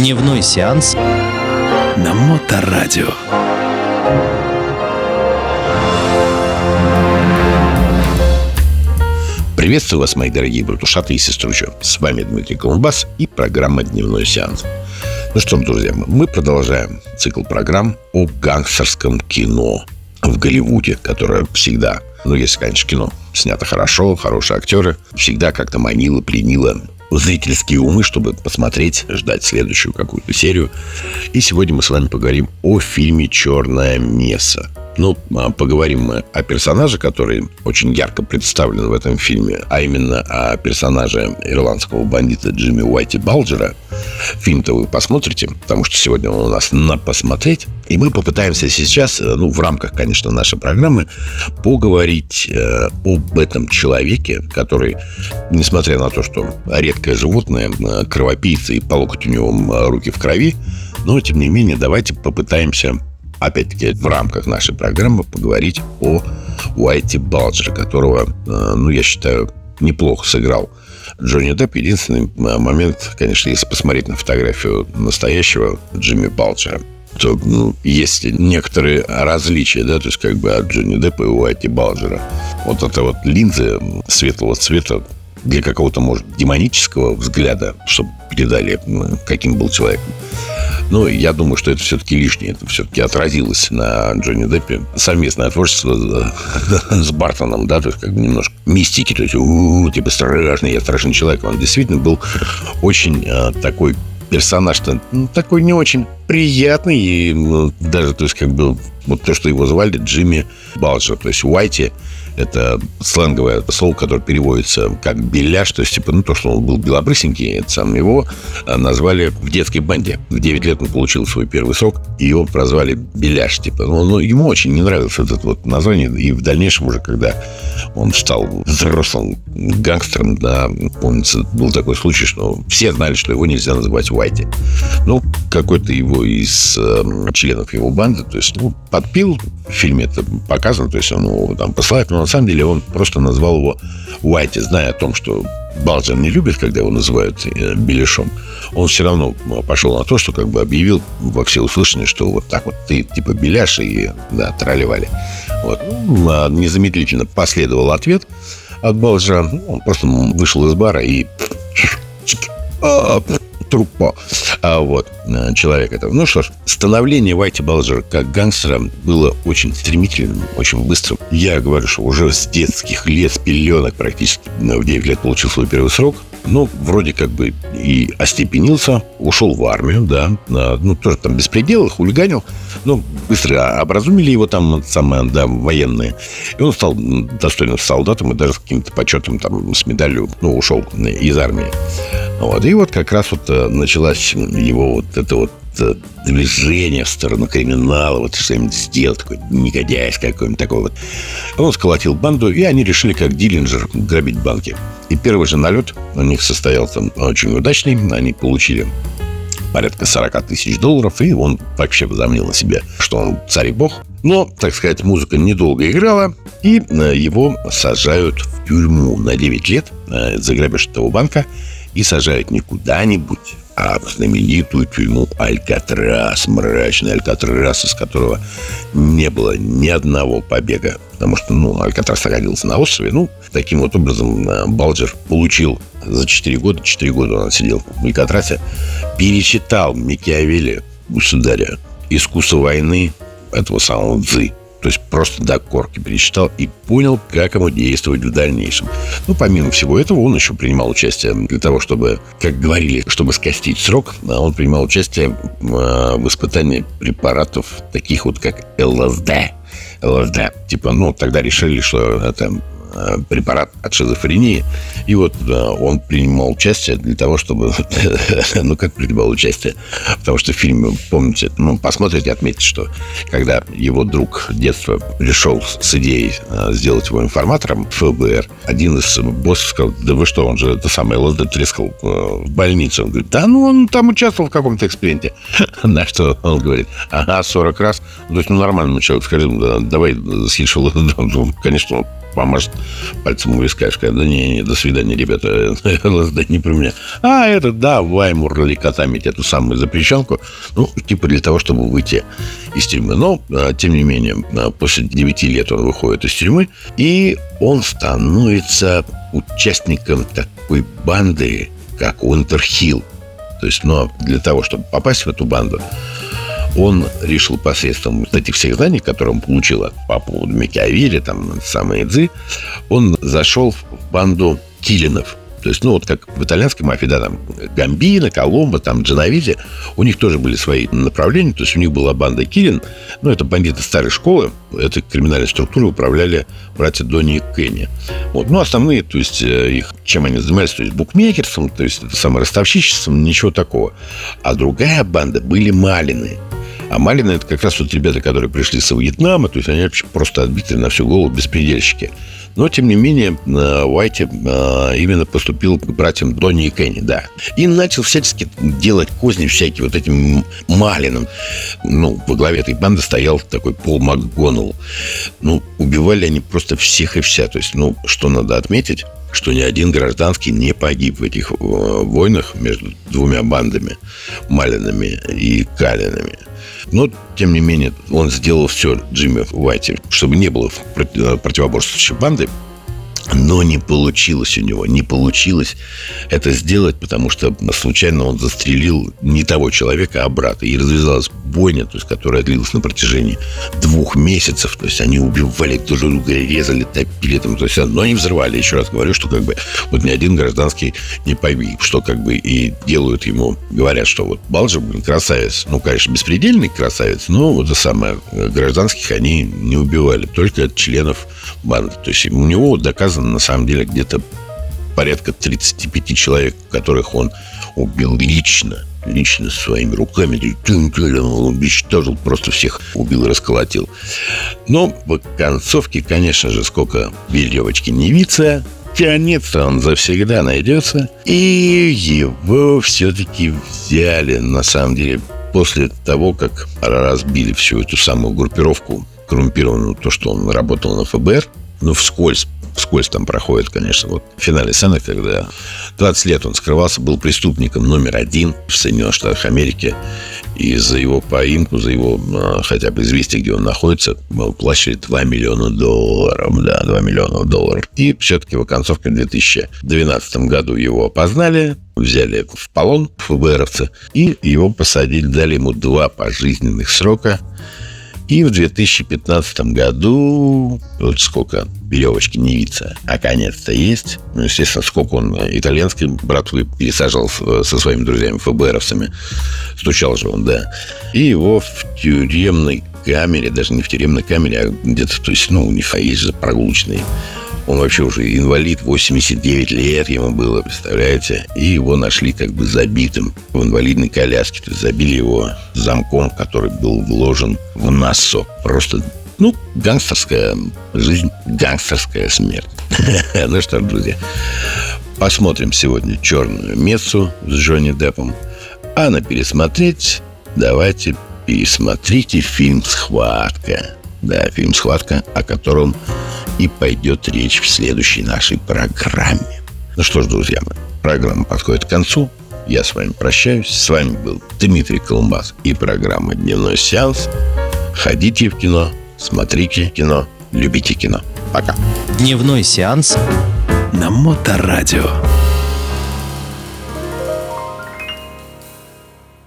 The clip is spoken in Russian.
Дневной сеанс на Моторадио. Приветствую вас, мои дорогие братушаты и сестручи. С вами Дмитрий Колумбас и программа «Дневной сеанс». Ну что, друзья, мы продолжаем цикл программ о гангстерском кино в Голливуде, которое всегда, если, конечно, кино снято хорошо, хорошие актеры, всегда как-то манило, пленило зрительские умы, чтобы посмотреть, ждать следующую какую-то серию. И сегодня мы с вами поговорим о фильме «Черная месса». Поговорим мы о персонаже, который очень ярко представлен в этом фильме, а именно о персонаже ирландского бандита Джимми Уайти Балджера. Фильм-то вы посмотрите, потому что сегодня он у нас на посмотреть. И мы попытаемся сейчас, в рамках, конечно, нашей программы, поговорить об этом человеке, который, несмотря на то, что редкое животное, кровопийца и по локоть у него руки в крови, но, тем не менее, давайте попытаемся, опять-таки, в рамках нашей программы поговорить о Уайти Балджере, которого, я считаю, неплохо сыграл Джонни Депп. Единственный момент, конечно, если посмотреть на фотографию настоящего Джимми Балджера, то есть некоторые различия, то есть от Джонни Деппа и Уайти Балджера. Вот это вот линзы светлого цвета для какого-то, может, демонического взгляда, чтобы передали, каким был человек. Я думаю, что это все-таки лишнее. Это все-таки отразилось на Джонни Деппе. Совместное творчество с Бартоном, то есть немножко мистики, то есть страшный, я страшный человек. Он действительно был очень такой персонаж, такой не очень приятный. И даже, то есть вот то, что его звали Джимми Балджер, то есть Уайти. Это сленговое слово, которое переводится как «беляш». То есть, то, что он был белобрысенький, это сам его назвали в детской банде. В 9 лет он получил свой первый срок, и его прозвали «беляш». Ему очень не нравилось это вот название. И в дальнейшем уже, когда он стал взрослым гангстером, помнится, был такой случай, что все знали, что его нельзя называть Уайти. Какой-то его из членов его банды, то есть, подпил. В фильме это показано, то есть он его там посылает, но на самом деле он просто назвал его Уайти, зная о том, что Балджер не любит, когда его называют беляшом. Он все равно пошел на то, что объявил во всеуслышание, что вот так вот ты беляш, и тролливали. Незамедлительно последовал ответ от Балджера. Он просто вышел из бара и трупа. Человек этого. Что ж, становление Уайти Балджера как гангстера было очень стремительным, очень быстрым. Я говорю, что уже с детских лет, с пеленок практически в 9 лет получил свой первый срок. Вроде и остепенился, ушел в армию, тоже там беспредел, хулиганил. Быстро образумили его там военные. И он стал достойным солдатом и даже с каким-то почетом с медалью, ушел из армии. И как раз началось его это движение в сторону криминала, что-нибудь сделать, такой негодяйский какой-нибудь такой . Он сколотил банду, и они решили, как Диллинджер, грабить банки. И первый же налет у них состоялся очень удачный. Они получили порядка $40 тысяч, и он вообще возомнил на себя, что он царь и бог. Но, так сказать, музыка недолго играла, и его сажают в тюрьму на 9 лет за грабеж этого банка. И сажают не куда-нибудь, а в знаменитую тюрьму Алькатрас, мрачный Алькатрас, из которого не было ни одного побега. Потому что, Алькатрас находился на острове. Таким вот образом Балджер получил за 4 года он сидел в Алькатрасе, перечитал Макиавелли, государя, «Искусство войны», этого самого Цзы. То есть просто до корки перечитал и понял, как ему действовать в дальнейшем. Помимо всего этого, он еще принимал участие для того, чтобы, как говорили, чтобы скостить срок, он принимал участие в испытании препаратов, таких как ЛСД. Тогда решили, что это препарат от шизофрении. И он принимал участие для того, чтобы... как принимал участие? Потому что в фильме, помните, посмотрите, отметьте, что когда его друг детства пришел с идеей сделать его информатором ФБР, один из боссов сказал: да вы что, он же это самое ЛСД трескал в больнице. Он говорит: он там участвовал в каком-то эксперименте. На что он говорит: 40 раз. То есть, нормальному человеку сказали: давай съешь ЛСД. Конечно, он поможет пальцем у виска и сказать: да не, до свидания, ребята, ЛСД не про меня. А этот, да, ваймурли котамить эту самую запрещенку, ну, типа для того, чтобы выйти из тюрьмы. Но, тем не менее, после 9 лет он выходит из тюрьмы, и он становится участником такой банды, как Уинтерхилл. То есть, для того, чтобы попасть в эту банду, он решил посредством этих всех знаний, которые он получил по поводу Макиавелли, там, самой Эдзи, он зашел в банду киллинов. То есть, вот как в итальянской мафии, да, там, Гамбино, Коломбо, там, Дженовези, у них тоже были свои направления. То есть, у них была банда Киллин, это бандиты старой школы, этой криминальной структурой управляли братья Донни и Кенни. Основные, то есть, их, чем они занимались, то есть, букмекерством, то есть, это самое ростовщичеством, ничего такого. А другая банда были Малины. А Малины — это как раз ребята, которые пришли со Вьетнама, то есть, они вообще просто отбитые на всю голову беспредельщики. Но, тем не менее, Уайти именно поступил к братьям Донни и Кенни, да. И начал всячески делать козни всякие вот этим Малинам. Во главе этой банды стоял такой Пол МакГонагал. Убивали они просто всех и вся. То есть, что надо отметить, что ни один гражданский не погиб в этих войнах между двумя бандами, Малинами и Калинами. Но, тем не менее, он сделал все, Джимми Уайти, чтобы не было противоборствующей банды. Но не получилось у него, не получилось это сделать, потому что случайно он застрелил не того человека, а брата. И развязалась бойня, то есть, которая длилась на протяжении 2 месяцев. То есть, они убивали друг друга, резали, топили. То есть, но они взрывали. Еще раз говорю, что ни один гражданский не погиб. Что и делают ему, говорят, что Балджа, красавец. Конечно, беспредельный красавец, но это самое, гражданских они не убивали, только членов банды. То есть, у него доказано, на самом деле, где-то порядка 35 человек, которых он убил лично своими руками. Он уничтожил, просто всех убил и расколотил. Но в концовке, конечно же, сколько веревочки не виться, тянется он завсегда найдется. И его все-таки взяли, на самом деле, после того, как разбили всю эту самую группировку коррумпированную, то, что он работал на ФБР, вскользь там проходит, конечно, в финале сцены, когда 20 лет он скрывался, был преступником номер 1 в Соединенных Штатах Америки, и за его поимку, за его хотя бы известие, где он находится, платили $2 миллиона. Да, $2 миллиона. И все-таки в концовке в 2012 году его опознали, взяли в полон ФБРовцы, и его посадили, дали ему 2 пожизненных срока. И в 2015 году, сколько веревочки не виться, наконец-то есть. Естественно, сколько он итальянской братвы пересаживал со своими друзьями ФБРовцами. Стучал же он, да. И его в тюремной камере, даже не в тюремной камере, а где-то, то есть, у них есть же прогулочный. Он вообще уже инвалид, 89 лет ему было, представляете? И его нашли забитым в инвалидной коляске. То есть забили его замком, который был вложен в носок. Просто, гангстерская жизнь, гангстерская смерть. Ну что ж, друзья, посмотрим сегодня «Черную мессу» с Джонни Деппом. А на пересмотреть давайте пересмотрите фильм «Схватка». Да, фильм «Схватка», о котором и пойдет речь в следующей нашей программе. Ну что ж, друзья мои, программа подходит к концу. Я с вами прощаюсь. С вами был Дмитрий Колумбас и программа «Дневной сеанс». Ходите в кино, смотрите кино, любите кино. Пока. Дневной сеанс на Моторадио.